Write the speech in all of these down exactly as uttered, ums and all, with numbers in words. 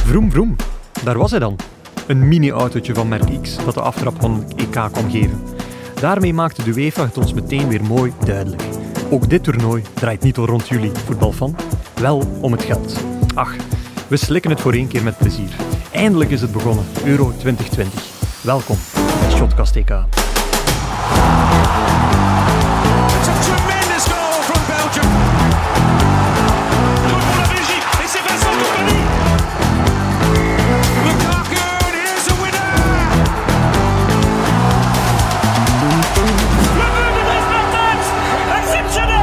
Vroom vroom, daar was hij dan. Een mini-autootje van merk X dat de aftrap van het E K kwam geven. Daarmee maakte de UEFA het ons meteen weer mooi duidelijk. Ook dit toernooi draait niet al rond jullie, voetbalfan, wel om het geld. Ach, we slikken het voor één keer met plezier. Eindelijk is het begonnen, Euro twintig twintig. Welkom, bij Shotcast E K. It's a tremendous goal from Belgium. Look for the vision. Et c'est Vincent Kompany. Lukaku is a winner. Exceptionnel.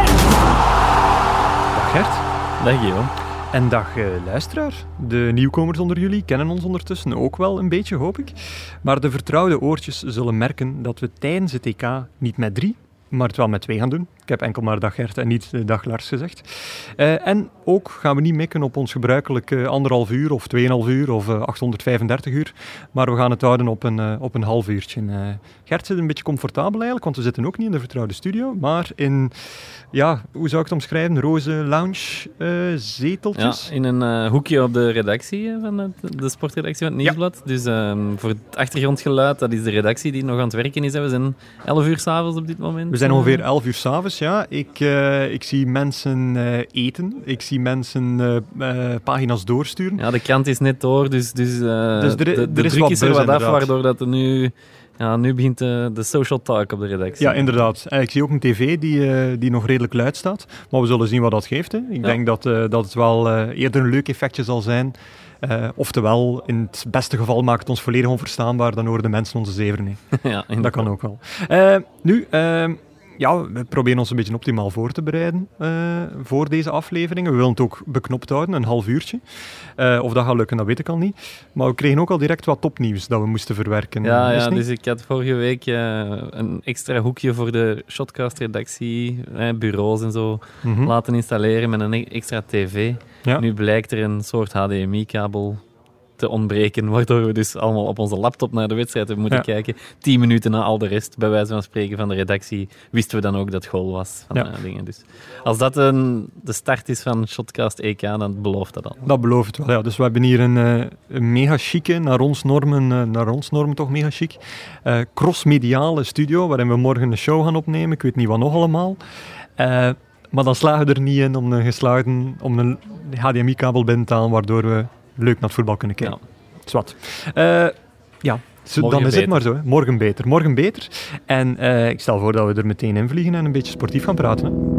Dag Gert. Dag Guillaume. En dag uh, luisteraar. De nieuwkomers onder jullie kennen ons ondertussen ook wel een beetje, hoop ik. Maar de vertrouwde oortjes zullen merken dat we tijdens het E K niet met drie, maar het wel met twee gaan doen. Ik heb enkel maar dag Gert en niet dag Lars gezegd. Uh, en ook gaan we niet mikken op ons gebruikelijke anderhalf uur of tweeënhalf uur of uh, achthonderdvijfendertig uur. Maar we gaan het houden op een, uh, op een half uurtje. Uh, Gert zit een beetje comfortabel eigenlijk, want we zitten ook niet in de vertrouwde studio, maar in, ja, hoe zou ik het omschrijven? Roze lounge uh, zeteltjes. Ja, in een uh, hoekje op de redactie van het, de sportredactie van het Nieuwsblad. Ja. Dus um, voor het achtergrondgeluid, dat is de redactie die nog aan het werken is. We zijn elf uur 's avonds op dit moment. We zijn ongeveer elf uur 's avonds. Ja, ik, uh, ik zie mensen uh, eten, ik zie mensen uh, uh, pagina's doorsturen. Ja, de krant is net door, dus, dus, uh, dus er, de, de er is druk wat is er buzz, wat af, inderdaad. waardoor dat er nu, ja, nu begint de, de social talk op de redactie. Ja, inderdaad. Uh, ik zie ook een tv die, uh, die nog redelijk luid staat, maar we zullen zien wat dat geeft. Hè. Ik ja. denk dat, uh, dat het wel uh, eerder een leuk effectje zal zijn. Uh, oftewel, in het beste geval maakt het ons volledig onverstaanbaar, dan horen de mensen onze zeveren. Ja, dat kan ook wel. Uh, nu... Uh, Ja, we proberen ons een beetje optimaal voor te bereiden uh, voor deze aflevering. We willen het ook beknopt houden, een half uurtje. Uh, of dat gaat lukken, dat weet ik al niet. Maar we kregen ook al direct wat topnieuws dat we moesten verwerken. Ja, uh, ja dus ik had vorige week uh, een extra hoekje voor de Shotcast-redactie, eh, bureaus en zo, mm-hmm. laten installeren met een extra tv. Ja. Nu blijkt er een soort H D M I-kabel te ontbreken, waardoor we dus allemaal op onze laptop naar de wedstrijd hebben moeten ja. kijken. Tien minuten na al de rest, bij wijze van spreken, van de redactie, wisten we dan ook dat het goal was. Van ja. uh, dingen. Dus als dat een, de start is van Shotcast E K, dan belooft dat al. Dat belooft wel, ja. Dus we hebben hier een, uh, een mega chique, naar ons normen, uh, naar ons normen toch mega chic, uh, crossmediale studio, waarin we morgen een show gaan opnemen. Ik weet niet wat nog allemaal. Uh, maar dan slagen we er niet in om een geslaagden, om een H D M I-kabel binnen te halen, waardoor we leuk naar het voetbal kunnen kijken. Ja. Zwat. Uh, ja, zo, dan is beter. Het maar zo. Hè. Morgen beter. Morgen beter. En uh, ik stel voor dat we er meteen in vliegen en een beetje sportief gaan praten. Hè.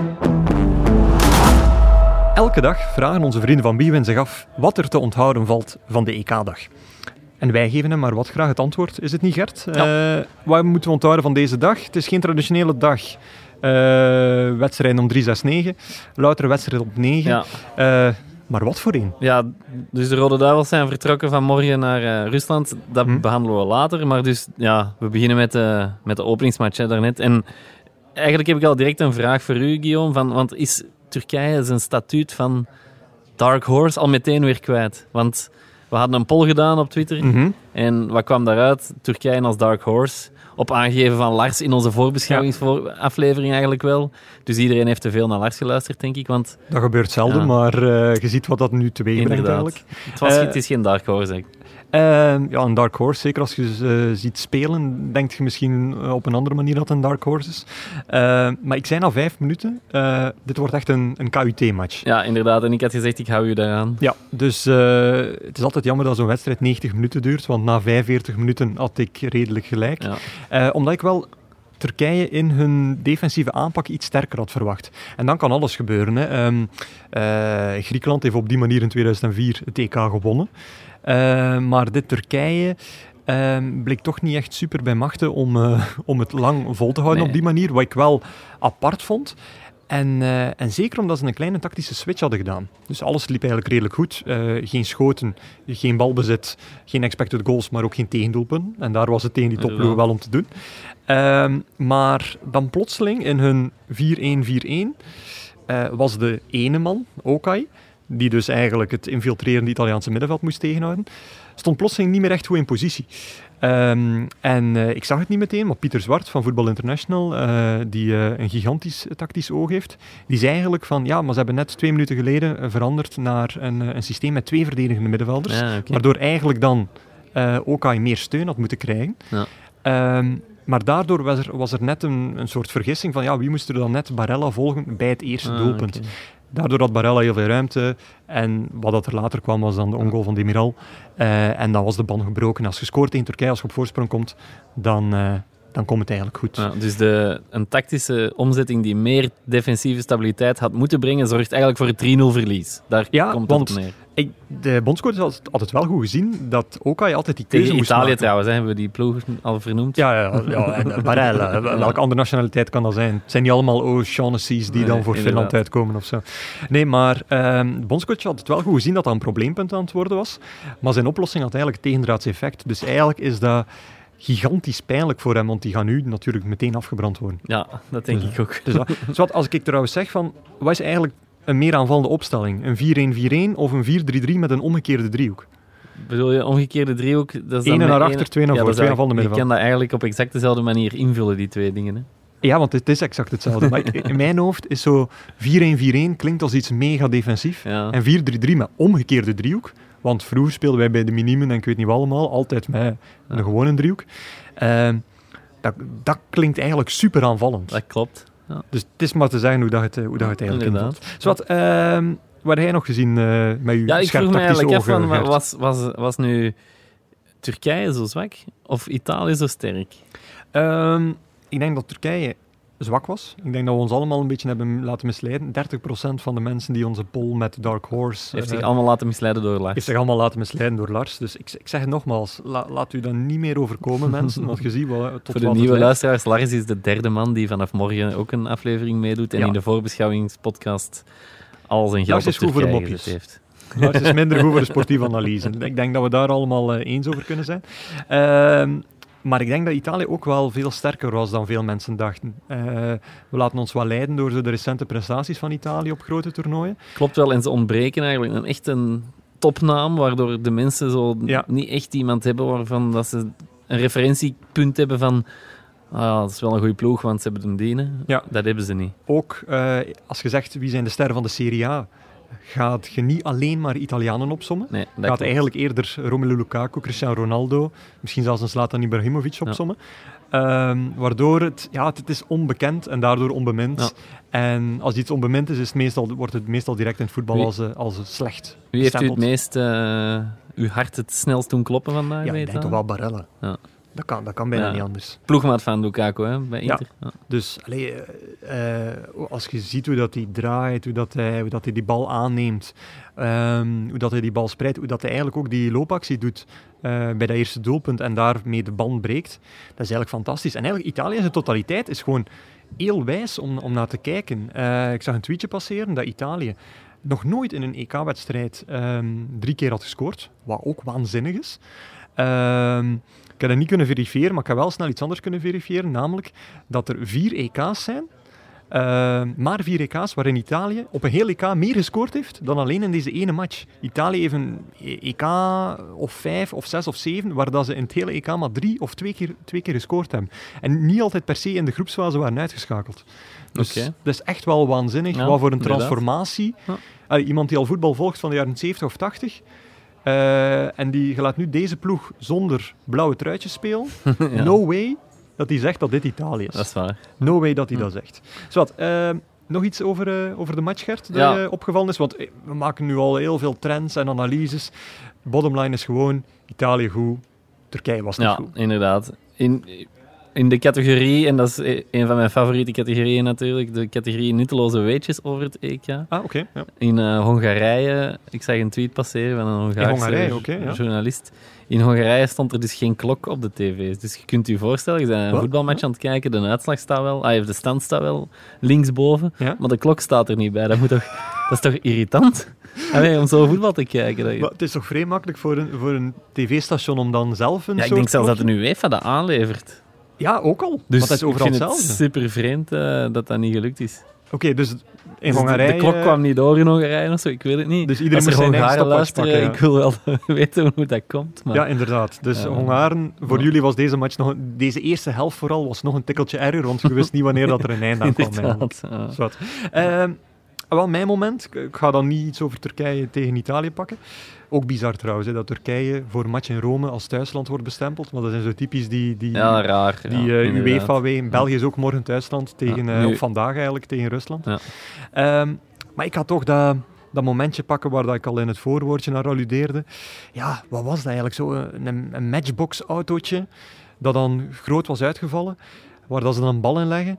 Elke dag vragen onze vrienden van Bwin zich af wat er te onthouden valt van de E K-dag. En wij geven hem maar wat graag het antwoord. Is het niet, Gert? Ja. Uh, wat moeten we onthouden van deze dag? Het is geen traditionele dag. Uh, wedstrijden om drie, zes, negen. Louter wedstrijden op negen. Ja. Uh, Maar wat voor een? Ja, dus de Rode Duivels zijn vertrokken vanmorgen naar uh, Rusland. Dat hm. behandelen we later. Maar dus, ja, we beginnen met, uh, met de openingsmatch hè, daarnet. En eigenlijk heb ik al direct een vraag voor u, Guillaume. Van, want is Turkije zijn statuut van Dark Horse al meteen weer kwijt? Want we hadden een poll gedaan op Twitter. Mm-hmm. En wat kwam daaruit? Turkije als Dark Horse. Op aangegeven van Lars in onze voorbeschouwingsaflevering ja. eigenlijk wel. Dus iedereen heeft te veel naar Lars geluisterd, denk ik. Want, dat gebeurt zelden, ja. maar uh, je ziet wat dat nu teweeg brengt eigenlijk. Het, was, uh, het is geen Dark Horse, denk ik. Uh, ja, een Dark Horse, zeker als je ze uh, ziet spelen, denk je misschien uh, op een andere manier dat het een Dark Horse is. Uh, maar ik zei na vijf minuten, uh, dit wordt echt een, een K U T-match. Ja, inderdaad. En ik had gezegd, ik hou u daaraan. Ja, dus uh, het is altijd jammer dat zo'n wedstrijd negentig minuten duurt, want na vijfenveertig minuten had ik redelijk gelijk. Ja. Uh, omdat ik wel Turkije in hun defensieve aanpak iets sterker had verwacht. En dan kan alles gebeuren. Hè. Um, uh, Griekenland heeft op die manier in tweeduizend vier het E K gewonnen. Uh, maar dit Turkije uh, bleek toch niet echt super bij machten om, uh, om het lang vol te houden nee. op die manier, wat ik wel apart vond. En, uh, en zeker omdat ze een kleine tactische switch hadden gedaan. Dus alles liep eigenlijk redelijk goed. Uh, geen schoten, geen balbezit, geen expected goals, maar ook geen tegendoelpunten. En daar was het tegen die topploeg wel om te doen. Uh, maar dan plotseling in hun vier een vier een uh, was de ene man, Okay, die dus eigenlijk het infiltrerende Italiaanse middenveld moest tegenhouden, stond plotseling niet meer echt goed in positie. Um, en uh, ik zag het niet meteen, maar Pieter Zwart van Voetbal International, uh, die uh, een gigantisch tactisch oog heeft, die zei eigenlijk van, ja, maar ze hebben net twee minuten geleden uh, veranderd naar een, uh, een systeem met twee verdedigende middenvelders, ja, okay. waardoor eigenlijk dan uh, Okai meer steun had moeten krijgen. Ja. Um, maar daardoor was er, was er net een, een soort vergissing van, ja, wie moest er dan net Barella volgen bij het eerste ah, doelpunt. Okay. Daardoor had Barella heel veel ruimte en wat dat er later kwam was dan de ongoal van Demiral. Uh, en dan was de band gebroken. Als je scoort tegen Turkije, als je op voorsprong komt, dan, uh, dan komt het eigenlijk goed. Ja, dus de, een tactische omzetting die meer defensieve stabiliteit had moeten brengen, zorgt eigenlijk voor het drie nul verlies. Daar ja, komt want het op neer. Ik, de bondscoach had, had het wel goed gezien dat Okai altijd die keuze tegen moest Italië maken. trouwens, hè, hebben we die ploeg al vernoemd. Ja, ja, ja en Barella. Welke andere nationaliteit kan dat zijn? Het zijn niet allemaal O'Shaughnessy's die nee, dan voor inderdaad. Finland uitkomen of zo. Nee, maar um, de bondscoach had het wel goed gezien dat dat een probleempunt aan het worden was. Maar zijn oplossing had eigenlijk het tegendraads effect. Dus eigenlijk is dat gigantisch pijnlijk voor hem, want die gaan nu natuurlijk meteen afgebrand worden. Ja, dat denk dus, ik ook. Dus, dus wat, als ik trouwens zeg van, wat is eigenlijk een meer aanvallende opstelling? Een vier een vier een of een vier drie drie met een omgekeerde driehoek? Bedoel je omgekeerde driehoek? Dat is Eén naar achter, twee naar ja, voor, twee aanvallende middenveld. Je kan dat eigenlijk op exact dezelfde manier invullen, die twee dingen. Hè? Ja, want het is exact hetzelfde. Maar in mijn hoofd is zo vier een vier een klinkt als iets mega defensief. Ja. En vier drie drie met omgekeerde driehoek. Want vroeger speelden wij bij de minimen en ik weet niet wat allemaal, altijd met ja. een gewone driehoek. Uh, dat, dat klinkt eigenlijk super aanvallend. Dat klopt. Ja. Dus het is maar te zeggen hoe dat het, hoe dat het eigenlijk invult. Zowat, uh, wat heb jij nog gezien uh, met je ja, scherp tactische ogen? Ja, ik vroeg me eigenlijk af, was, was, was nu Turkije zo zwak of Italië zo sterk? Um, ik denk dat Turkije zwak was. Ik denk dat we ons allemaal een beetje hebben laten misleiden. dertig procent van de mensen die onze poll met Dark Horse... Heeft uh, zich allemaal laten misleiden door Lars. Heeft zich allemaal laten misleiden door Lars. Dus ik, ik zeg het nogmaals, la, laat u daar niet meer overkomen, mensen. Want je ziet wel, tot voor de nieuwe luisteraars, Lars is de derde man die vanaf morgen ook een aflevering meedoet en ja. in de voorbeschouwingspodcast al zijn geld Lars op Turkije gezet heeft. Lars is minder goed voor de sportieve analyse. Ik denk dat we daar allemaal uh, eens over kunnen zijn. Uh, Maar ik denk dat Italië ook wel veel sterker was dan veel mensen dachten. Uh, we laten ons wel leiden door zo de recente prestaties van Italië op grote toernooien. Klopt wel, en ze ontbreken eigenlijk een echt een topnaam, waardoor de mensen zo ja. niet echt iemand hebben waarvan dat ze een referentiepunt hebben van ah, dat is wel een goede ploeg, want ze hebben een dienen. Ja. Dat hebben ze niet. Ook uh, als je zegt wie zijn de sterren van de Serie A, gaat je niet alleen maar Italianen opsommen. Nee, gaat klopt. Eigenlijk eerder Romelu Lukaku, Cristiano Ronaldo, misschien zelfs een Zlatan Ibrahimovic opsommen. Ja. Um, waardoor het, ja, het is onbekend en daardoor onbemind. Ja. En als iets onbemind is, is het meestal, wordt het meestal direct in het voetbal als, als slecht. Wie heeft u het meest, uh, uw hart het snelst doen kloppen vandaag? Ja, ik denk toch wel Barella. Ja. Dat kan, dat kan bijna ja. niet anders. Ploegmaat van Lukaku, hè, bij Inter. Ja. Ja. Dus allee, uh, als je ziet hoe dat hij draait, hoe dat hij, hoe dat hij die bal aanneemt, um, hoe dat hij die bal spreidt, hoe dat hij eigenlijk ook die loopactie doet uh, bij dat eerste doelpunt en daarmee de band breekt, dat is eigenlijk fantastisch. En eigenlijk Italië in zijn totaliteit is gewoon heel wijs om, om naar te kijken. Uh, ik zag een tweetje passeren dat Italië nog nooit in een E K-wedstrijd um, drie keer had gescoord, wat ook waanzinnig is. Um, Ik heb dat niet kunnen verifiëren, maar ik heb wel snel iets anders kunnen verifiëren, namelijk dat er vier E K's zijn, uh, maar vier E K's waarin Italië op een heel E K meer gescoord heeft dan alleen in deze ene match. Italië heeft een E K of vijf of zes of zeven, waar dat ze in het hele E K maar drie of twee keer, twee keer gescoord hebben. En niet altijd per se in de groepsfase waren uitgeschakeld. Dus okay. dat is echt wel waanzinnig, ja, wat voor een transformatie. Ja. Allee, iemand die al voetbal volgt van de jaren zeventig of tachtig... Uh, en die laat nu deze ploeg zonder blauwe truitjes spelen. ja. No way dat hij zegt dat dit Italië is. Dat is waar. No way dat hij hm. dat zegt. Zowat, uh, nog iets over, uh, over de match, Gert, dat ja. uh, opgevallen is? Want uh, we maken nu al heel veel trends en analyses. Bottomline is gewoon Italië goed, Turkije was niet ja, goed. Ja, inderdaad. In, in de categorie, en dat is een van mijn favoriete categorieën natuurlijk, de categorie nutteloze weetjes over het E K. Ah, oké. Okay, ja. In uh, Hongarije, ik zag een tweet passeren van een Hongaarse Hongarije, okay, ja. journalist. In Hongarije stond er dus geen klok op de tv's. Dus je kunt je voorstellen, je bent een Wat? voetbalmatch aan het kijken, de uitslag staat wel, ah, de stand staat wel linksboven, ja? maar de klok staat er niet bij. Dat, moet toch, dat is toch irritant? Allee, om zo voetbal te kijken. Dat je... Maar het is toch vrij makkelijk voor een, voor een tv-station om dan zelf een ja, soort ik denk zelfs klokje? dat de UEFA dat aanlevert. Ja, ook al. Dus want dat is overal ik vind hetzelfde. het super vreemd uh, dat dat niet gelukt is. Oké, okay, dus in Dus Hongarije... De, de klok kwam niet door in Hongarije of zo, ik weet het niet. Dus iedereen Als er moest zijn eigen Hongaren stopwatch luisteren, pakken, ja. ik wil wel weten hoe dat komt. Maar... Ja, inderdaad. Dus Ja. Hongaren, voor Ja. jullie was deze match nog... een- deze eerste helft vooral was nog een tikkeltje erger, want je wist niet wanneer dat er een einde aan kwam. eigenlijk. Inderdaad, ja. Zwat. Ehm, wel, mijn moment. Ik- Ik ga dan niet iets over Turkije tegen Italië pakken. Ook bizar trouwens, hè, dat Turkije voor een match in Rome als thuisland wordt bestempeld. Maar dat zijn zo typisch die, die, Ja, raar. die ja, eh, inderdaad. UEFA-W. In België is ook morgen thuisland, tegen, Ja, eh, nu- of vandaag eigenlijk, tegen Rusland. Ja. Ehm, maar ik ga toch dat, dat momentje pakken waar dat ik al in het voorwoordje naar alludeerde. Ja, wat was dat eigenlijk? Zo een, een matchbox-autootje dat dan groot was uitgevallen, waar dat ze dan een bal in leggen.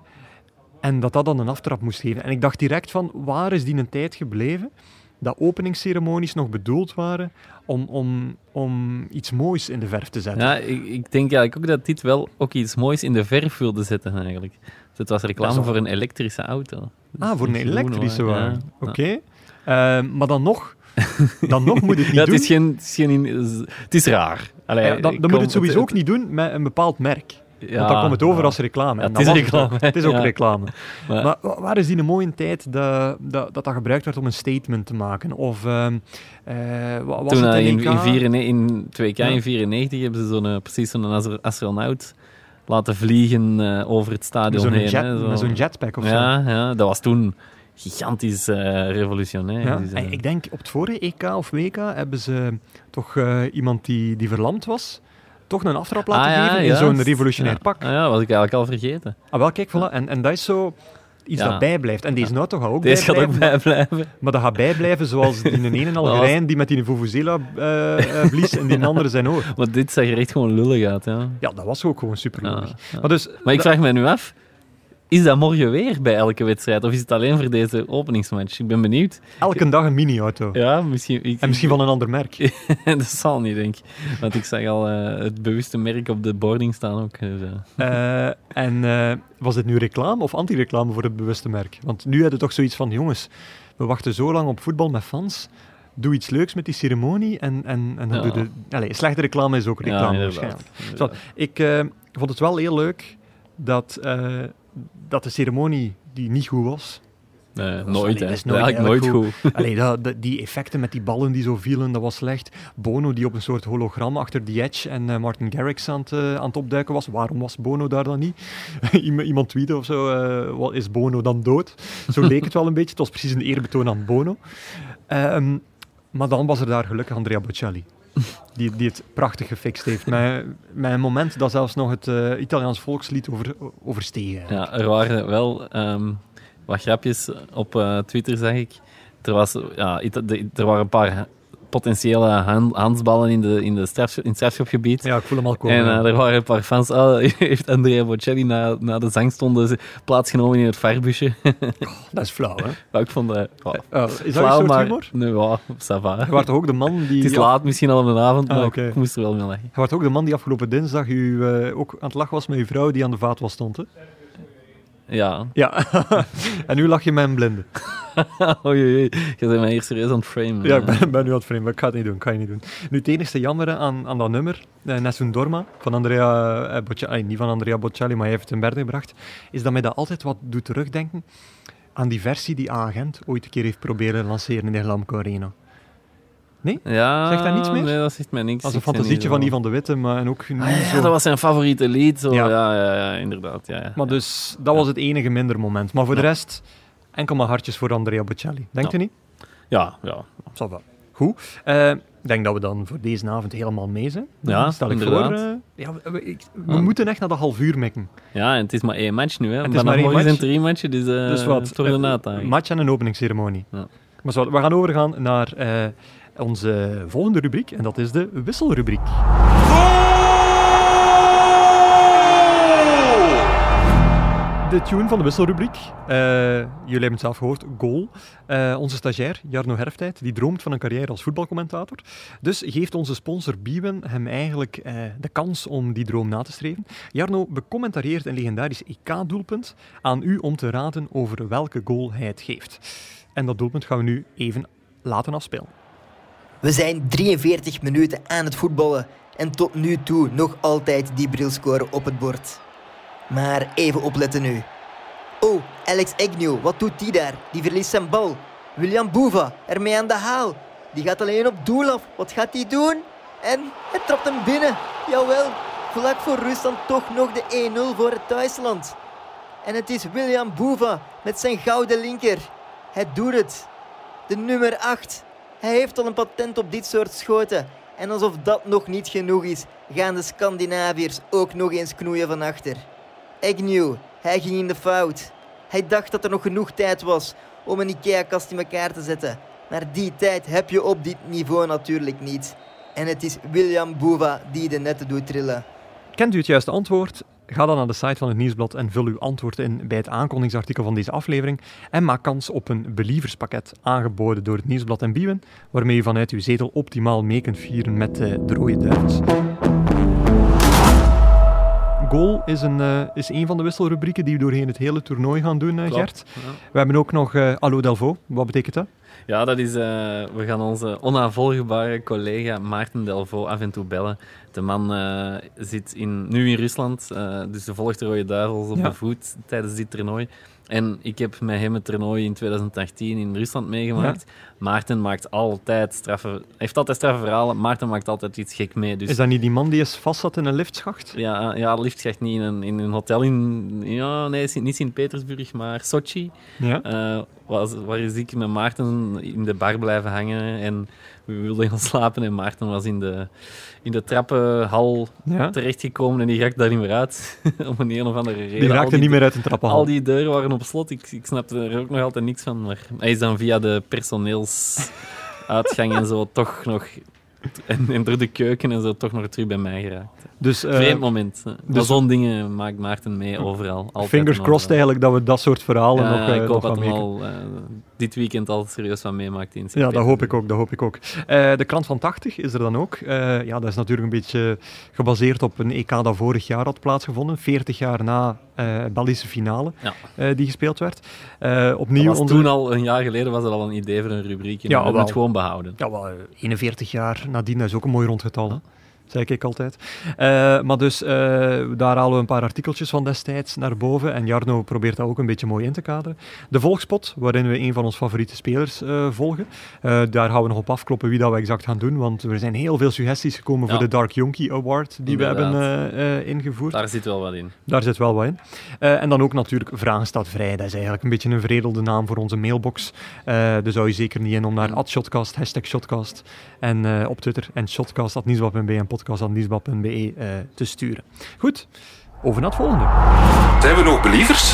En dat dat dan een aftrap moest geven. En ik dacht direct van, waar is die een tijd gebleven? Dat openingsceremonies nog bedoeld waren om, om, om iets moois in de verf te zetten. Ja, ik, ik denk eigenlijk ook dat dit wel ook iets moois in de verf wilde zetten eigenlijk. Dus het was reclame Dat is voor een elektrische auto. Dus Ah, voor een niet gewoon, elektrische hoor. wagen. Ja. Oké. Ehm, maar dan nog, dan nog moet het niet Ja, het doen. is geen... Het is, geen, het is raar. Allee, Ja, dan ik dan moet kom- het sowieso ook niet doen met een bepaald merk. Ja, Want dan komt het over ja. als reclame. Ja, En het dat is was reclame, ook. Het is ook ja. reclame. Maar- Maar wa- waar is die een mooie tijd dat dat, dat dat gebruikt werd om een statement te maken? Of ehm, eh, wa- was Toen het eh, een in, E K? in, vier- in twee K Ja. in vierennegentig hebben ze zo'n, eh, precies zo'n astro- astronaut laten vliegen eh, over het Met stadion zo'n heen. jet, hè, zo. met zo'n jetpack of zo. Ja, ja, dat was toen gigantisch eh, revolutionair. Ja, Dus, eh, en ik denk op het vorige E K of W K hebben ze toch eh, iemand die, die verlamd was, toch een aftrap laten ah, ja, geven in juist. zo'n revolutionair ja. pak. Ah, ja, dat was ik eigenlijk al vergeten. Ah, wel, kijk, voilà. En, en dat is zo iets Ja. dat bijblijft. En deze auto gaat ook Deze gaat ook bijblijven. maar- bijblijven. Maar dat gaat bijblijven zoals die ene in Algerijn die met die Vuvuzela uh, uh, blies en die andere zijn oor. Maar dit zag er echt gewoon lullig uit. Ja. Ja, dat was ook gewoon super Ja, lollig. ja. Maar, dus, Maar ik dat- vraag me nu af, is dat morgen weer bij elke wedstrijd? Of is het alleen voor deze openingsmatch? Ik ben benieuwd. elke dag een mini-auto. Ja, misschien... Ik, En misschien van een ander merk. dat zal niet, denk ik. Want ik zag al uh, het bewuste merk op de boarding staan ook. Dus, uh. Uh, en uh, was dit nu reclame of anti-reclame voor het bewuste merk? Want nu hadden toch zoiets van, jongens, we wachten zo lang op voetbal met fans. Doe iets leuks met die ceremonie en, en, en dan Ja. doe de... Allee, slechte reclame is ook reclame Ja, waarschijnlijk. inderdaad. Zo, ik uh, vond het wel heel leuk dat, uh, dat de ceremonie die niet goed was. Nee, Dat was- nooit, allee, hè. dat is nooit Eigenlijk nooit eigenlijk goed. Allee, dat, dat- die effecten met die ballen die zo vielen, dat was slecht. Bono die op een soort hologram achter The Edge en uh, Martin Garrix aan het, uh, aan het opduiken was. Waarom was Bono daar dan niet? Iemand tweette of zo, uh, wat, is Bono dan dood? Zo leek het wel een beetje. Het was precies een eerbetoon aan Bono. Um, maar dan was er daar gelukkig Andrea Bocelli. Die, die het prachtig gefixt heeft. Met, met een moment dat zelfs nog het uh, Italiaans volkslied over, oversteeg. Ja, er waren wel um, wat grapjes op uh, Twitter, zag ik. Er, was, ja, er waren een paar potentiële hand, handsballen in, de, in, de straf, in het strafschopgebied. Ja, ik voel hem al komen. En uh, er waren een paar fans. Oh, heeft Andrea Bocelli na, na de zangstonden plaatsgenomen in het varbusje? Oh, dat is flauw, hè? Maar ik vond dat... Oh, uh, is dat flauw, een soort maar, humor? Nee, ja, ça va. Je was toch ook de man die... Het is laat, misschien al op de avond, Ah, maar okay. ik moest er wel mee lachen. Je was ook de man die afgelopen dinsdag u uh, ook aan het lachen was met uw vrouw die aan de vaatwas stond, hè? Ja. Ja. En nu lach je met een blinde. Oei, oei, je bent mij hier serieus aan het framen. Ja, ik ben, ben nu aan het framen, maar ik ga het niet doen. Ik ga het niet doen. Nu, het enige jammere aan, aan dat nummer, eh, Nessun Dorma, van Andrea eh, Bocelli, niet van Andrea Bocelli, maar hij heeft het in Berde gebracht, is dat mij dat altijd wat doet terugdenken aan die versie die Agent ooit een keer heeft proberen lanceren in de Glamco Arena. Nee? Ja, Zegt dat niets meer? Nee, dat zegt mij niks. Als een Ik ken fantasietje niet van zo. Ivan de Witte, maar en ook niet Ah, ja, zo... dat was zijn favoriete lied. Zo. Ja. Ja. Ja, ja, ja, inderdaad. Ja, ja. Maar dus, dat was het enige minder moment. Maar voor Ja. de rest, enkel maar hartjes voor Andrea Bocelli. Denkt Ja. u niet? Ja, ja. Ça va. Goed. Uh, ik denk dat we dan voor deze avond helemaal mee zijn. Ja, Stel ik inderdaad. voor. Uh, ja, we ik, we Ja. moeten echt naar de half uur mikken. Ja, en het is maar één match nu. Hè. Het is Vanaf maar één morgen zijn match. het drie matchen, dus, uh, Dus wat? voor de Een uitdaging. match en een openingsceremonie. Ja. Maar zo, we gaan overgaan naar uh, onze volgende rubriek. En dat is de wisselrubriek. De tune van de wisselrubriek. Uh, jullie hebben het zelf gehoord, goal. Uh, onze stagiair, Jarno Herftijd, die droomt van een carrière als voetbalcommentator. Dus geeft onze sponsor Bwin hem eigenlijk uh, de kans om die droom na te streven. Jarno becommentarieert een legendarisch E K-doelpunt aan u om te raden over welke goal hij het geeft. En dat doelpunt gaan we nu even laten afspelen. We zijn drieënveertig minuten aan het voetballen en tot nu toe nog altijd die brilscore op het bord. Maar even opletten nu. Oh, Alex Agnew, wat doet die daar? Die verliest zijn bal. William Bouva, ermee aan de haal. Die gaat alleen op doel af. Wat gaat hij doen? En hij trapt hem binnen. Jawel, vlak voor Rusland toch nog de één nul voor het thuisland. En het is William Bouva met zijn gouden linker. Hij doet het. De nummer acht. Hij heeft al een patent op dit soort schoten. En alsof dat nog niet genoeg is, gaan de Scandinaviërs ook nog eens knoeien van achter. Agnew, hij ging in de fout. Hij dacht dat er nog genoeg tijd was om een IKEA-kast in elkaar te zetten. Maar die tijd heb je op dit niveau natuurlijk niet. En het is William Bouva die de netten doet trillen. Kent u het juiste antwoord? Ga dan naar de site van het Nieuwsblad en vul uw antwoord in bij het aankondigingsartikel van deze aflevering en maak kans op een believerspakket aangeboden door het Nieuwsblad en Biewen, waarmee je vanuit uw zetel optimaal mee kunt vieren met uh, de Rode Duivels. Goal is een, uh, is een van de wisselrubrieken die we doorheen het hele toernooi gaan doen, uh, Gert. Ja. We hebben ook nog uh, Allo Delvaux. Wat betekent dat? Ja, dat is, uh, we gaan onze onnavolgbare collega Maarten Delvaux af en toe bellen. De man uh, zit in, nu in Rusland, uh, dus de volgt de Rode Duivels op ja. de voet tijdens dit toernooi. En ik heb met hem het toernooi in twintig achttien in Rusland meegemaakt. Ja. Maarten maakt altijd straffe, heeft altijd straffe verhalen. Maarten maakt altijd iets gek mee. Dus... Is dat niet die man die eens vast zat in een liftschacht? Ja, ja liftschacht niet. In een, in een hotel in... Ja, nee, niet Sint-Petersburg, maar Sochi. Ja. Uh, was, waar is ik met Maarten in de bar blijven hangen. En we wilden gaan slapen. En Maarten was in de, in de trappenhal ja. terechtgekomen. En die raakte daar niet meer uit. Om een, een of andere reden. Die raakte die, niet meer uit een trappenhal. Al die deuren waren op slot. Ik, ik snapte er ook nog altijd niks van. Maar hij is dan via de personeelsuitgang en zo toch nog... En, en door de keuken en zo toch nog terug bij mij geraakt. Dus, uh, Vreemd moment. Dus, maar zo'n dingen maakt Maarten mee overal. Fingers crossed eigenlijk dat we dat soort verhalen ja, nog uh, ik hoop nog dat hij al uh, dit weekend al serieus van meemaakt. In ja, dat hoop ik ook. Dat hoop ik ook. Uh, de krant van tachtig is er dan ook. Uh, ja, dat is natuurlijk een beetje gebaseerd op een E K dat vorig jaar had plaatsgevonden. veertig jaar na uh, Belgische finale ja. uh, die gespeeld werd. Uh, opnieuw was onder... Toen al, een jaar geleden, was er al een idee voor een rubriek. En ja, we hebben het gewoon behouden. Ja, wel, eenenveertig jaar nadien is ook een mooi rondgetal. Ja. Zeg ik altijd. Uh, maar dus, uh, daar halen we een paar artikeltjes van destijds naar boven. En Jarno probeert dat ook een beetje mooi in te kaderen. De Volkspot, waarin we een van onze favoriete spelers uh, volgen. Uh, daar gaan we nog op afkloppen wie dat we exact gaan doen. Want er zijn heel veel suggesties gekomen ja. voor de Dark Yonkie Award die Inderdaad. we hebben uh, uh, ingevoerd. Daar zit wel wat in. Daar zit wel wat in. Uh, en dan ook natuurlijk Vragen staat vrij. Dat is eigenlijk een beetje een veredelde naam voor onze mailbox. Uh, daar zou je zeker niet in om naar at shotcast, hashtag shotcast. En uh, op Twitter en shotcast at nieuwsblad punt be en podcast at nieuwsblad punt be uh, te sturen. Goed, over naar het volgende. Zijn we nog believers?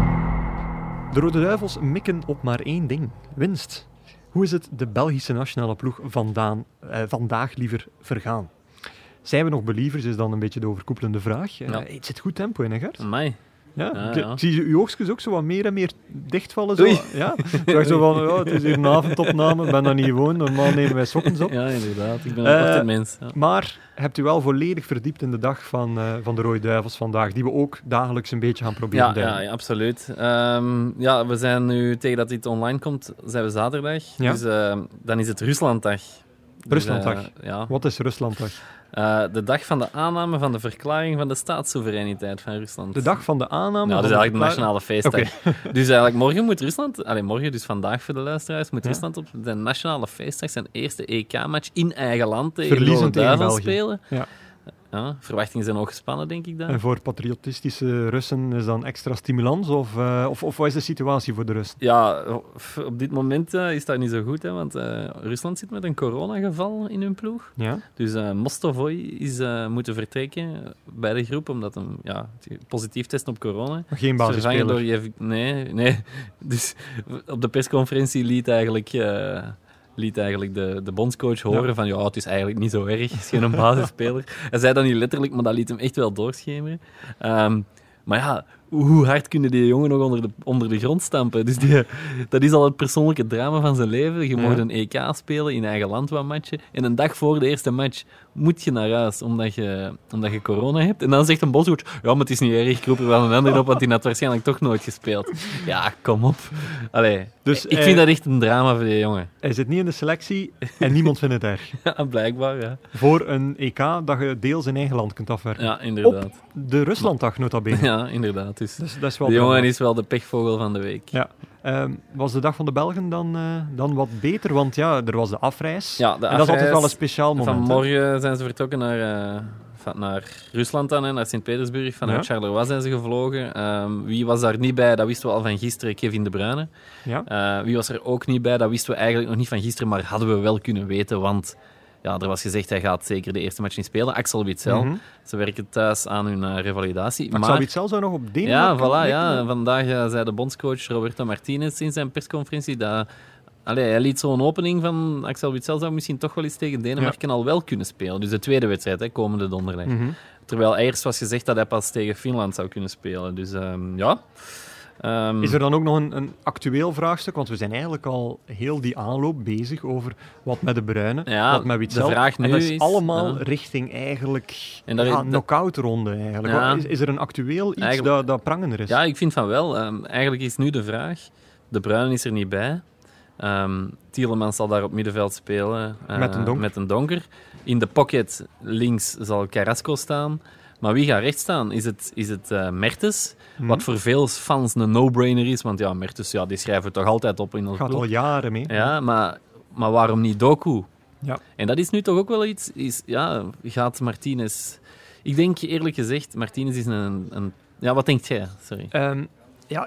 De Rode Duivels mikken op maar één ding. Winst. Hoe is het de Belgische nationale ploeg vandaan, uh, vandaag liever vergaan? Zijn we nog believers, is dan een beetje de overkoepelende vraag. Uh, ja. Het zit goed tempo in, hè Gert? Amai. Ja, ja, ik, ja. ik zie uw oogstjes ook zo wat meer en meer dichtvallen. Zo. Ja, ik zo van, oh, het is hier een avondopname, ik ben dat niet gewoon, normaal nemen wij sokkens op. Ja, inderdaad, ik ben een korte uh, mens. Ja. Maar hebt u wel volledig verdiept in de dag van, uh, van de Rode Duivels vandaag, die we ook dagelijks een beetje gaan proberen ja, duiden. Ja, ja, absoluut. Um, ja, we zijn nu, tegen dat dit online komt, zijn we zaterdag. Ja? Dus uh, dan is het Ruslanddag. Ruslanddag? Dus, uh, ja. Wat is Ruslanddag? Uh, de dag van de aanname van de verklaring van de staatssoevereiniteit van Rusland. De dag van de aanname? Ja, dat is eigenlijk de nationale feestdag. Okay. Dus eigenlijk morgen moet Rusland, allez, morgen dus vandaag voor de luisteraars, moet ja. Rusland op de nationale feestdag zijn eerste E K-match in eigen land tegen Verliezen de Rode Duivels spelen. Ja. Ja, verwachtingen zijn ook gespannen, denk ik dan. En voor patriotistische Russen is dan extra stimulans? Of, uh, of, of wat is de situatie voor de Russen? Ja, op dit moment uh, is dat niet zo goed, hè, want uh, Rusland zit met een coronageval in hun ploeg. Ja? Dus uh, Mostovoi is uh, moeten vertrekken bij de groep, omdat hij ja, positief test op corona. Maar geen basisspeler? Door Jev... Nee, nee. Dus op de persconferentie liet eigenlijk... Uh, liet eigenlijk de, de bondscoach horen ja. van ja, het is eigenlijk niet zo erg, het is geen basisspeler. Hij zei dat niet letterlijk, maar dat liet hem echt wel doorschemeren. Um, maar ja, hoe hard kunnen die jongen nog onder de, onder de grond stampen? Dus die, dat is al het persoonlijke drama van zijn leven. Je ja. mag een E K spelen in eigen land wat matchen. En een dag voor de eerste match moet je naar huis, omdat je, omdat je corona hebt. En dan zegt een bondscoach, ja, maar het is niet erg, ik roep er wel een ander op, want die had waarschijnlijk toch nooit gespeeld. Ja, kom op. Allee, dus ik hij, vind dat echt een drama voor die jongen. Hij zit niet in de selectie en niemand vindt het erg. Ja, blijkbaar, ja. Voor een E K dat je deels in eigen land kunt afwerken. Ja, inderdaad. Op de Ruslanddag, nota bene. Ja, inderdaad. Dus Dus dat is wel de jongen dramatisch. is wel de pechvogel van de week. Ja. Um, was de dag van de Belgen dan, uh, dan wat beter? Want ja, er was de afreis. Ja, de en dat is altijd afreis wel een speciaal moment. Vanmorgen zijn ze vertrokken naar, uh, van, naar Rusland dan, hè, naar Sint-Petersburg. Vanuit Ja. Charleroi zijn ze gevlogen. Um, wie was daar niet bij? Dat wisten we al van gisteren, Kevin De Bruyne. Ja. Uh, wie was er ook niet bij? Dat wisten we eigenlijk nog niet van gisteren, maar hadden we wel kunnen weten, want... Ja, er was gezegd, hij gaat zeker de eerste match niet spelen. Axel Witsel. Mm-hmm. Ze werken thuis aan hun uh, revalidatie. Maar Axel Witsel zou nog op Denemarken... Ja, voilà. Ja. Vandaag uh, zei de bondscoach Roberto Martinez in zijn persconferentie dat... Allee, hij liet zo'n opening van Axel Witsel zou misschien toch wel eens tegen Denemarken ja. al wel kunnen spelen. Dus de tweede wedstrijd, hè, komende donderdag. Mm-hmm. Terwijl eerst was gezegd dat hij pas tegen Finland zou kunnen spelen. Dus um, ja... Um, is er dan ook nog een, een actueel vraagstuk? Want we zijn eigenlijk al heel die aanloop bezig over wat met de Bruyne, ja, wat met Witsel. De vraag nu en dat is, is allemaal ja. richting eigenlijk en dat ja, is, knock-out ronde eigenlijk. Ja. Is, is er een actueel iets dat, dat prangender is? Ja, ik vind van wel. Um, eigenlijk is nu de vraag... De Bruyne is er niet bij. Um, Tielemans zal daar op middenveld spelen. Uh, met, een donker. met een donker. In de pocket links zal Carrasco staan. Maar wie gaat rechts staan? Is het, is het uh, Mertens? Hmm. Wat voor veel fans een no-brainer is. Want ja, Mertens, ja, die schrijven we toch altijd op in ons gaat ploeg. al jaren mee. Ja, maar, maar waarom niet Doku? Ja. En dat is nu toch ook wel iets... Is, ja, gaat Martinez... Ik denk eerlijk gezegd, Martinez is een... een ja, wat denkt jij? Sorry. Um, ja,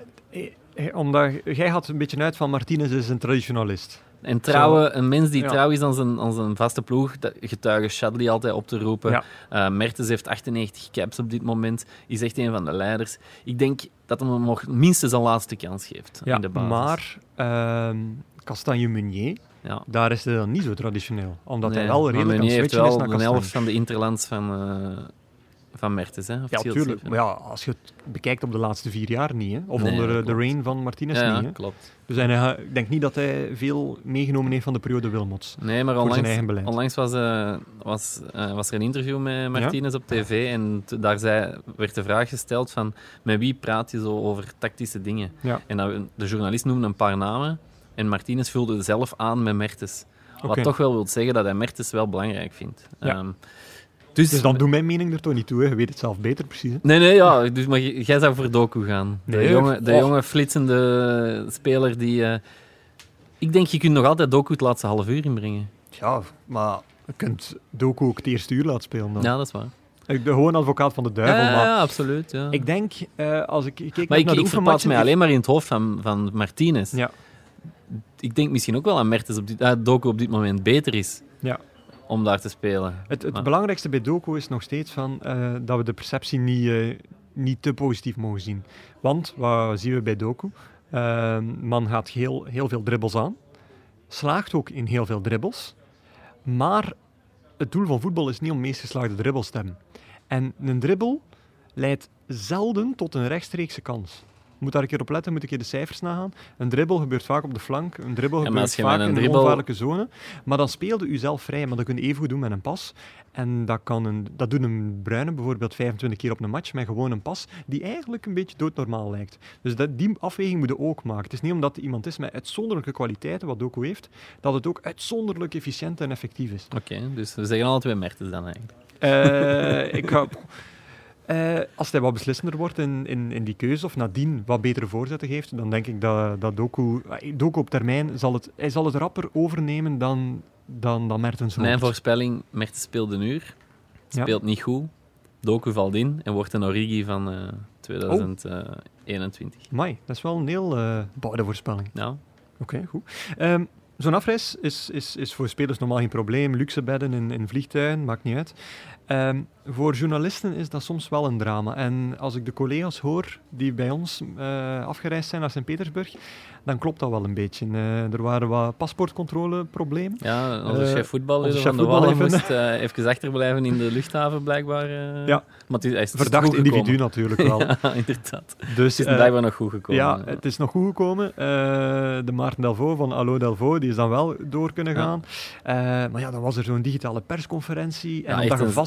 omdat jij gaat een beetje uit van Martinez is een traditionalist. En trouwe, een mens die ja. trouw is aan zijn, aan zijn vaste ploeg, getuige Shadley altijd op te roepen. Ja. Uh, Mertens heeft achtennegentig caps op dit moment, is echt een van de leiders. Ik denk dat hij hem nog minstens een laatste kans geeft ja, in de basis. Maar uh, Castagne Meunier, ja. daar is hij dan niet zo traditioneel. Omdat nee, hij wel redelijk aan het switchen is naar Castagne. Meunier heeft wel de helft van de interlands van... Uh, Van Mertens, hè? Of ja, tuurlijk. Maar ja, als je het bekijkt op de laatste vier jaar niet, hè? Of nee, onder uh, de reign van Martinez ja, niet. Ja, hè? klopt. Dus hij, ik denk niet dat hij veel meegenomen heeft van de periode Wilmots. Nee, maar voor onlangs, zijn eigen beleid. onlangs was, uh, was, uh, was er een interview met Martinez ja? op tv en t- daar zei, werd de vraag gesteld van met wie praat je zo over tactische dingen? Ja. En dat, de journalist noemde een paar namen en Martinez vulde zelf aan met Mertens. Wat okay. toch wel wil zeggen dat hij Mertens wel belangrijk vindt. Ja. Um, Dus, dus dan doet mijn mening er toch niet toe, hè? Je weet het zelf beter precies. Hè? Nee, nee, ja. Dus, maar jij zou voor Doku gaan. De, nee, jonge, de oh. jonge flitsende speler die... Uh, ik denk, je kunt nog altijd Doku het laatste half uur inbrengen. Ja, maar je kunt Doku ook het eerste uur laten spelen dan. Ja, dat is waar. De gewoon advocaat van de duivel. Ja, maar ja absoluut. Ja. Ik denk, uh, als ik kijk maar ik, naar de ik verplaats mij ik... alleen maar in het hoofd van, van Martinez. Ja. Ik denk misschien ook wel aan Mertens op dit, uh, Doku op dit moment beter is. Ja. Om daar te spelen. Het, het maar. belangrijkste bij Doku is nog steeds van, uh, dat we de perceptie niet, uh, niet te positief mogen zien. Want, wat zien we bij Doku? Uh, man gaat heel, heel veel dribbels aan. Slaagt ook in heel veel dribbels. Maar het doel van voetbal is niet om meest geslaagde dribbels te hebben. En een dribbel leidt zelden tot een rechtstreekse kans. Je moet daar een keer op letten, moet een keer de cijfers nagaan. Een dribbel gebeurt vaak op de flank, een dribbel ja, gebeurt vaak in een dribbel... ongevaarlijke zone. Maar dan speelde u zelf vrij, maar dat kun je even goed doen met een pas. En dat, kan een, dat doet een Bruyne bijvoorbeeld vijfentwintig keer op een match met gewoon een pas die eigenlijk een beetje doodnormaal lijkt. Dus dat, die afweging moet je ook maken. Het is niet omdat iemand is met uitzonderlijke kwaliteiten, wat Doku heeft, dat het ook uitzonderlijk efficiënt en effectief is. Oké, okay, dus we zeggen alle twee Mertens dan eigenlijk. Uh, ik ga... Uh, als hij wat beslissender wordt in, in, in die keuze, of nadien wat betere voorzetten geeft, dan denk ik dat, dat Doku, Doku op termijn zal het, hij zal het rapper overnemen dan, dan, dan Mertens. Mijn voorspelling, Mertens speelt een uur, speelt ja. niet goed, Doku valt in en wordt een Origi van uh, twintig eenentwintig. Oh. Amai, dat is wel een heel uh, bouwde voorspelling. Ja. Oké, okay, goed. Um, Zo'n afreis is, is, is voor spelers normaal geen probleem. Luxe bedden in, in vliegtuigen, maakt niet uit. Um, voor journalisten is dat soms wel een drama. En als ik de collega's hoor die bij ons uh, afgereisd zijn naar Sint-Petersburg, dan klopt dat wel een beetje. Uh, er waren wat paspoortcontroleproblemen. Ja, onze uh, chef voetbal onze van de Wallen moest uh, even achterblijven in de luchthaven, blijkbaar. Uh, ja, maar het is, hij is verdacht individu natuurlijk wel. Ja, inderdaad. Dus, het is blijkbaar uh, nog goed gekomen. Ja, ja, het is nog goed gekomen. Uh, de Maarten Delvaux van Allo Delvaux, die is dan wel door kunnen gaan. Ja. Uh, maar ja, dan was er zo'n digitale persconferentie. En ja, omdat je vast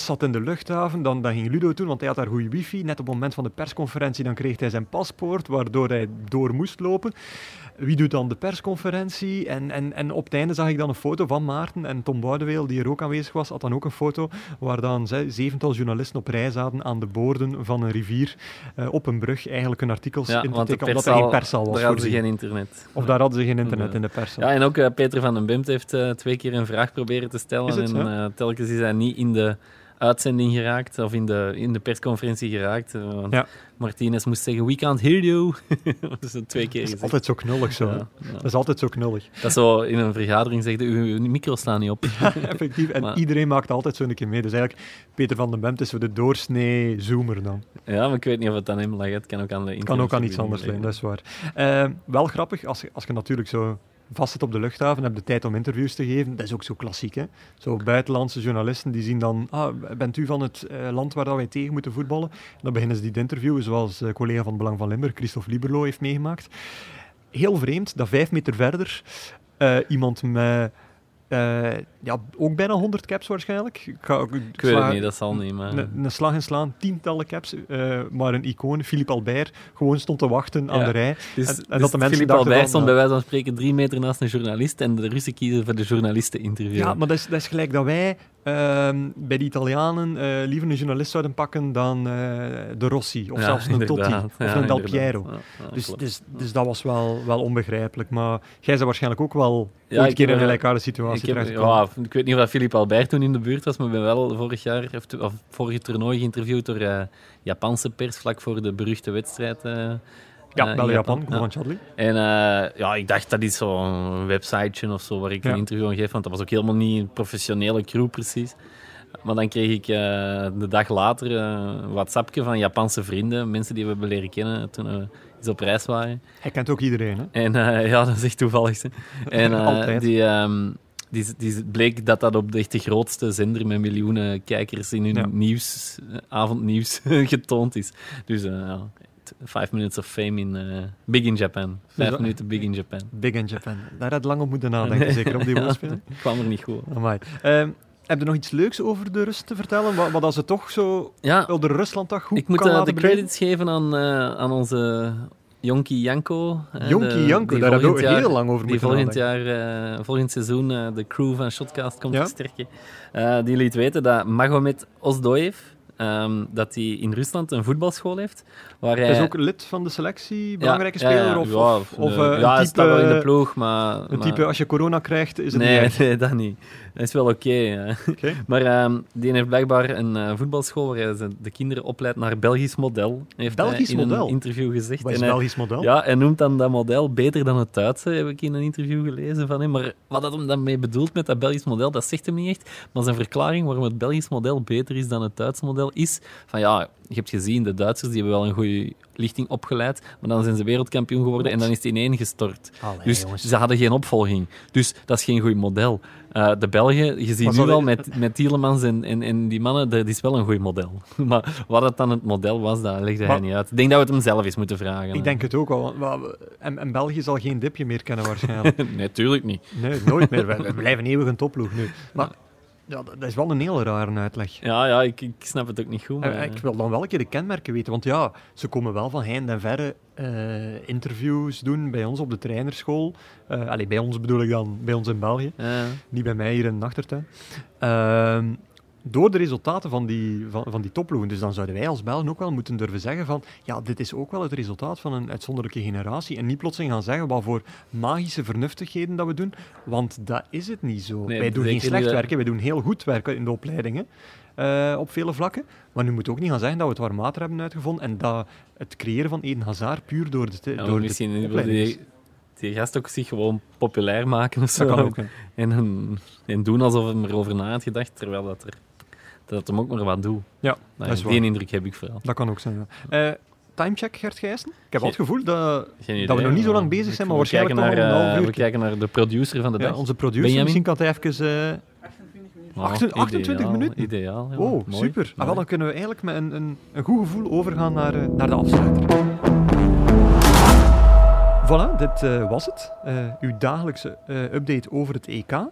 zat in de luchthaven, dan, dan ging Ludo toen, want hij had daar goede wifi. Net op het moment van de persconferentie, dan kreeg hij zijn paspoort, waardoor hij door moest lopen. Wie doet dan de persconferentie? En, en, en op het einde zag ik dan een foto van Maarten en Tom Boudeweel, die er ook aanwezig was, had dan ook een foto waar dan zevental journalisten op rij zaten aan de boorden van een rivier uh, op een brug, eigenlijk een artikel ja, in te want tekenen, omdat er geen perszaal was. Daar hadden ze geen internet. Of daar hadden ze geen internet in de perszaal. Ja, en ook uh, Peter van den Bemt heeft uh, twee keer een vraag proberen te stellen. Het, en uh, telkens is hij niet in de uitzending geraakt, of in de, in de persconferentie geraakt. Uh, want ja. Martinez moest zeggen, we can't hear you. Dat is twee keer Dat is gezegd. altijd zo knullig zo. Ja, ja. Dat is altijd zo knullig. Dat zo in een vergadering zegt, uw micro's staan niet op. Ja, effectief. En maar, iedereen maakt altijd zo'n keer mee. Dus eigenlijk, Peter van den Bemt is voor de doorsnee zoomer dan. Ja, maar ik weet niet of het aan hem lag. Het kan ook aan de kan ook aan iets anders liggen, dat is waar. Uh, wel grappig, als, als je natuurlijk zo vast zit op de luchthaven, heb je de tijd om interviews te geven. Dat is ook zo klassiek, hè. Zo buitenlandse journalisten, die zien dan, ah, bent u van het uh, land waar dat wij tegen moeten voetballen? En dan beginnen ze die te interviewen, zoals uh, collega van het Belang van Limburg, Christophe Lieberlo, heeft meegemaakt. Heel vreemd, dat vijf meter verder uh, iemand met... Uh, ja, ook bijna honderd caps waarschijnlijk. Ik, ga, ik, ik weet het niet, dat zal niet. Maar... Een, een slag en slaan, tientallen caps, uh, maar een icoon, Philippe Albert, gewoon stond te wachten ja. aan de rij. Dus, en, en dus dat de mensen Philippe Albert van, stond bij wijze van spreken drie meter naast een journalist en de Russen kiezen voor de journalisten interviewen. Ja, maar dat is, dat is gelijk dat wij uh, bij de Italianen uh, liever een journalist zouden pakken dan uh, de Rossi, of ja, zelfs een Totti, of ja, een Del Piero. Ja, ja, dus, dus, dus dat was wel, wel onbegrijpelijk. Maar jij bent waarschijnlijk ook wel ja, ooit een keer in een gelijkaardige situatie terechtgekomen. Ja, ik weet niet of Philippe Albert toen in de buurt was, maar ik ben wel vorig jaar, of, of vorig toernooi geïnterviewd door uh, Japanse pers, vlak voor de beruchte wedstrijd. Uh, ja, wel uh, Japan, Japan. Ja. Chadli. En uh, ja, ik dacht, dat is zo'n websiteje of zo, waar ik ja. een interview aan geef, want dat was ook helemaal niet een professionele crew precies. Maar dan kreeg ik uh, de dag later uh, een WhatsAppje van Japanse vrienden, mensen die we hebben leren kennen toen we eens op reis waren. Hij kent ook iedereen, hè? En uh, ja, dat is echt toevallig. En uh, Altijd. Die... Um, Die, die bleek dat dat op de, echt de grootste zender met miljoenen kijkers in hun ja. nieuws, avondnieuws getoond is. Dus uh, ja, Five Minutes of Fame in uh, Big in Japan. Vijf dus minuten Big in Japan. Big in Japan. Daar had je lang op moeten nadenken, zeker op die woordspelen. Ja, kwam er niet goed. Amai. Uh, heb je nog iets leuks over de rust te vertellen? Wat, wat als het toch zo ja, op de Ruslanddag goed ik moet kan uh, laten de credits geven aan, uh, aan onze... Jonkie Janko. Jonkie Janko, daar hebben we ook heel lang over die moeten volgend jaar, uh, volgend seizoen uh, de crew van Shotcast komt ja? versterken. Uh, die liet weten dat Magomed Ozdoev, um, dat hij in Rusland een voetbalschool heeft. Waar hij... Hij is ook lid van de selectie, belangrijke ja, speler? Ja, ja, of, ja, of, of, uh, uh, ja, hij staat wel in de ploeg, maar... Een type, maar... als je corona krijgt, is het nee, niet Nee, dat niet. Dat is wel oké. Okay, okay. Maar um, die heeft blijkbaar een uh, voetbalschool waar hij de kinderen opleidt naar Belgisch model. Heeft Belgisch hij in model? een interview gezegd. Wat is en hij, Belgisch model? Ja, hij noemt dan dat model beter dan het Duitse, heb ik in een interview gelezen van hem. Maar wat hij dan mee bedoelt met dat Belgisch model, dat zegt hem niet echt. Maar zijn verklaring waarom het Belgisch model beter is dan het Duitse model is van ja, je hebt gezien, de Duitsers die hebben wel een goede lichting opgeleid, maar dan zijn ze wereldkampioen geworden Wat? en dan is het ineengestort. Allee, dus jongens. Ze hadden geen opvolging. Dus dat is geen goed model. Uh, de Belgen, je ziet nu al met, met Tielemans en, en, en die mannen, dat is wel een goed model. Maar wat het dan het model was, dat legde maar, hij niet uit. Ik denk dat we het hem zelf eens moeten vragen. Ik hè. denk het ook wel. En, en België zal geen dipje meer kennen waarschijnlijk. Nee, tuurlijk niet. Nee, nooit meer. We blijven eeuwig een topploeg nu. Maar ja, dat is wel een heel rare uitleg. Ja, ja ik, ik snap het ook niet goed. Maar... Ik wil dan wel een keer de kenmerken weten, want ja, ze komen wel van heinde en verre uh, interviews doen bij ons op de trainerschool. Uh, allee, bij ons bedoel ik dan, bij ons in België. Ja. Niet bij mij hier in de achtertuin. Uh, door de resultaten van die, van, van die topploegen. Dus dan zouden wij als Belgen ook wel moeten durven zeggen van ja, dit is ook wel het resultaat van een uitzonderlijke generatie. En niet plotseling gaan zeggen wat voor magische vernuftigheden dat we doen. Want dat is het niet zo. Nee, wij doen geen slecht werk, wij doen heel goed werken in de opleidingen. Uh, op vele vlakken. Maar nu moeten we ook niet gaan zeggen dat we het warm water hebben uitgevonden en dat het creëren van Eden Hazard puur door de, ja, door misschien de opleiding die, die gast ook zich gewoon populair maken of zo. Dat kan ook, en, en, en doen alsof hij erover na had gedacht, terwijl dat er dat hem ook maar wat doet. Ja, nou, dat is die indruk heb ik vooral. Dat kan ook zijn, ja. Uh, timecheck, Gert Gijssen? Ik heb Ge- altijd het gevoel dat, idee, dat we nog niet zo lang bezig zijn, maar waarschijnlijk naar, nog een half uur. We kijken naar de producer van de dag. Ja, onze producer, Benjamin. Misschien kan hij even... Uh, achtentwintig, achtentwintig ideaal, minuten? Ideaal, ja. Oh, mooi, super. Mooi. Ah, wel, dan kunnen we eigenlijk met een, een, een goed gevoel overgaan naar, uh, naar de afsluiter. Voilà, dit uh, was het. Uh, uw dagelijkse uh, update over het E K.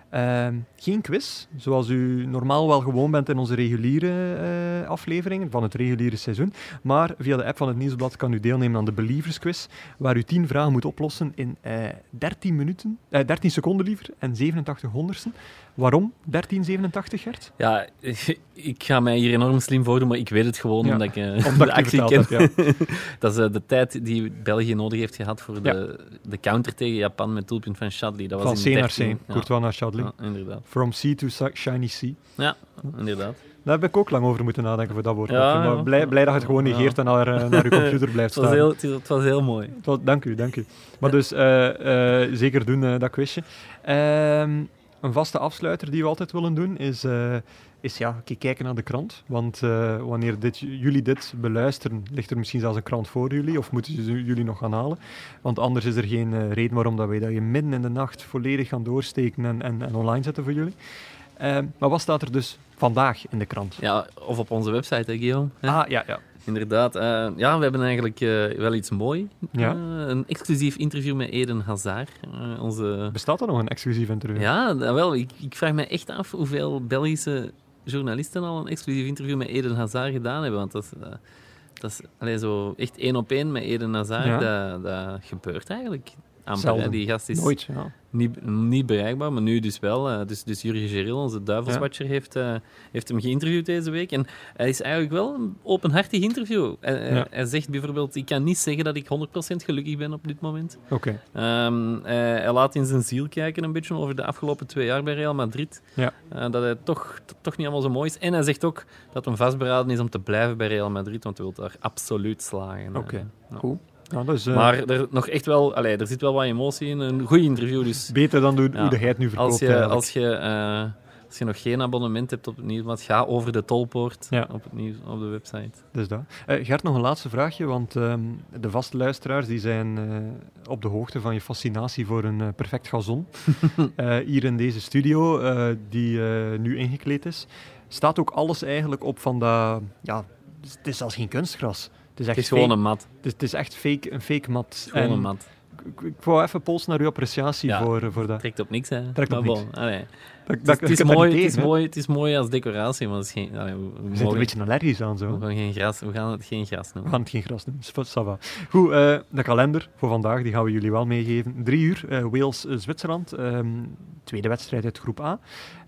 Uh, geen quiz, zoals u normaal wel gewoon bent in onze reguliere uh, afleveringen van het reguliere seizoen. Maar via de app van het Nieuwsblad kan u deelnemen aan de Believers Quiz, waar u tien vragen moet oplossen in uh, dertien minuten, uh, dertien seconden liever en zevenentachtig honderdsten. Waarom dertien zevenentachtig, Gert? Ja, ik ga mij hier enorm slim voordoen, maar ik weet het gewoon ja, omdat ik uh, omdat de actie ken. Heb, ja. Dat is uh, de tijd die België nodig heeft gehad voor de, ja. de counter tegen Japan met doelpunt van Chadli. Dat was van in C naar C, Courtois naar Chadli. Ja, inderdaad. From sea to shiny sea. Ja, inderdaad. Daar heb ik ook lang over moeten nadenken voor dat woord. Ja, maar blij, blij dat je het gewoon negeert ja. en naar, uh, naar je computer blijft staan. Het was heel, het was heel mooi. Het was, dank u, dank u. Maar dus, uh, uh, zeker doen, uh, dat quizje. Uh, een vaste afsluiter die we altijd willen doen, is, uh, is ja, kijken naar de krant. Want uh, wanneer dit, jullie dit beluisteren, ligt er misschien zelfs een krant voor jullie, of moeten ze jullie nog gaan halen. Want anders is er geen uh, reden waarom dat wij dat je midden in de nacht volledig gaan doorsteken en, en, en online zetten voor jullie. Uh, maar wat staat er dus vandaag in de krant? Ja, of op onze website, hè, Guillaume? Hè? Ah, ja, ja. Inderdaad. Uh, ja, we hebben eigenlijk uh, wel iets moois. Ja. Uh, een exclusief interview met Eden Hazard. Uh, onze... Bestaat er nog een exclusief interview? Ja, wel. Ik, ik vraag me echt af hoeveel Belgische journalisten al een exclusief interview met Eden Hazard gedaan hebben. Want dat is, uh, dat is allee, zo echt één op één met Eden Hazard. Ja. Dat, dat gebeurt eigenlijk. Amper, die gast is Nooit, ja. niet, niet bereikbaar, maar nu dus wel. Uh, dus, dus Jurgen Geril, onze duivelswatcher, ja. heeft, uh, heeft hem geïnterviewd deze week. En hij is eigenlijk wel een openhartig interview. Hij, ja. hij zegt bijvoorbeeld, ik kan niet zeggen dat ik honderd procent gelukkig ben op dit moment. Okay. Um, hij, hij laat in zijn ziel kijken een beetje over de afgelopen twee jaar bij Real Madrid. Ja. Uh, dat hij toch, toch niet allemaal zo mooi is. En hij zegt ook dat hij vastberaden is om te blijven bij Real Madrid, want hij wil daar absoluut slagen. Oké, okay. uh, goed. Ja, dus, uh... Maar er, nog echt wel, allee, er zit wel wat emotie in. Een goede interview. Dus, beter dan hoe, ja, hoe de hij het nu verkoopt. Als je, als, je, uh, als je nog geen abonnement hebt op het Nieuwsblad, ga over de tolpoort ja. op, het nieuws, op de website. Dus dat. Uh, Gert, nog een laatste vraagje, want um, de vaste luisteraars die zijn uh, op de hoogte van je fascinatie voor een uh, perfect gazon. uh, hier in deze studio, uh, die uh, nu ingekleed is, staat ook alles eigenlijk op van dat... Ja, het is zelfs geen kunstgras. Het is, echt het is gewoon fake, een mat. Het is, het is echt fake, een fake mat. Het is gewoon en een mat. Ik, ik wou even polsen naar uw appreciatie ja, voor, voor dat. Trekt op niks, hè. Trekt op maar niks. Bon, allee. Dat, het, dat, het, is mooi, het, is mooi, het is mooi als decoratie, maar het is geen... Allee, we, we je mogen, zit een beetje allergisch aan, zo. We gaan, geen gras, we gaan het geen gras noemen. We gaan het geen gras noemen. Ça va. Goed, uh, de kalender voor vandaag, die gaan we jullie wel meegeven. Drie uur, uh, Wales-Zwitserland. Um, tweede wedstrijd uit groep A.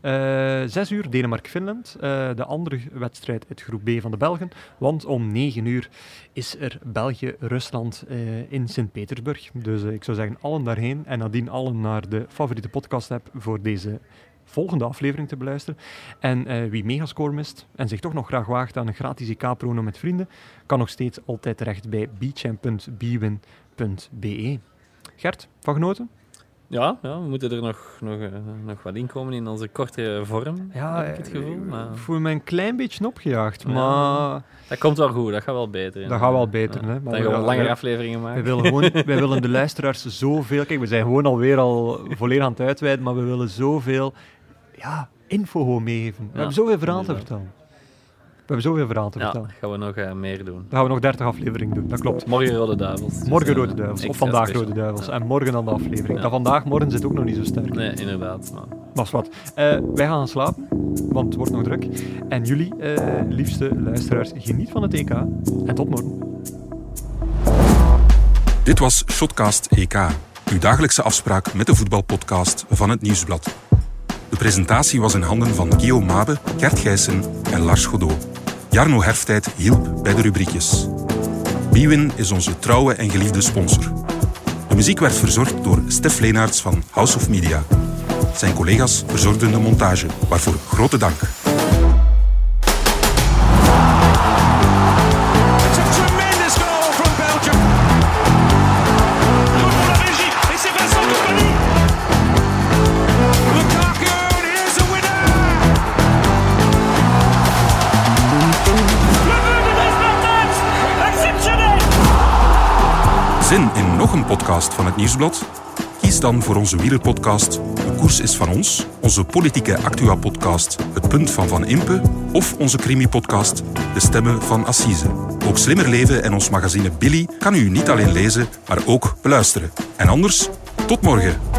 Uh, zes uur, Denemarken-Finland. Uh, de andere wedstrijd uit groep B van de Belgen. Want om negen uur is er België-Rusland uh, in Sint-Petersburg. Dus uh, ik zou zeggen, allen daarheen. En nadien allen naar de favoriete podcast-app voor deze volgende aflevering te beluisteren. En uh, wie Megascore mist en zich toch nog graag waagt aan een gratis I K-prono met vrienden, kan nog steeds altijd terecht bij bchamp punt bwin punt be. Gert, van genoten? Ja, ja, we moeten er nog, nog, uh, nog wat in komen in onze korte vorm, ja, heb ik het gevoel. Maar... Ik voel me een klein beetje opgejaagd, ja, maar... Dat komt wel goed, dat gaat wel beter. Hè? Dat gaat wel beter, ja. Hè. Maar dan gaan we langere wij, afleveringen maken. Wij willen, gewoon, wij willen de luisteraars zoveel... Kijk, we zijn gewoon alweer al volledig aan het uitweiden, maar we willen zoveel ja, info gewoon meegeven. We ja, hebben zoveel verhaal te vertellen. We hebben zoveel verhaal te ja, vertellen. gaan we nog uh, meer doen. Dan gaan we nog dertig afleveringen doen, dat klopt. Morgen Rode Duivels. Morgen dus, Rode Duivels, uh, of vandaag special. Rode Duivels. Ja. En morgen dan de aflevering. Ja. Dan vandaag, morgen zit ook nog niet zo sterk. Nee, inderdaad. Maar, maar is wat. Uh, wij gaan slapen, want het wordt nog druk. En jullie, uh, liefste luisteraars, geniet van het E K. En tot morgen. Dit was Shotcast E K, uw dagelijkse afspraak met de voetbalpodcast van het Nieuwsblad. De presentatie was in handen van Guillaume Mabe, Gert Gijssen en Lars Godot. Jarno Herftijd hielp bij de rubriekjes. Bwin is onze trouwe en geliefde sponsor. De muziek werd verzorgd door Stef Leenaerts van House of Media. Zijn collega's verzorgden de montage, waarvoor grote dank. Zin in nog een podcast van het Nieuwsblad? Kies dan voor onze wielerpodcast De Koers is van ons, onze politieke Actua-podcast Het Punt van Van Impe of onze crimi-podcast De Stemmen van Assise. Ook Slimmer Leven en ons magazine Billy kan u niet alleen lezen, maar ook beluisteren. En anders, tot morgen.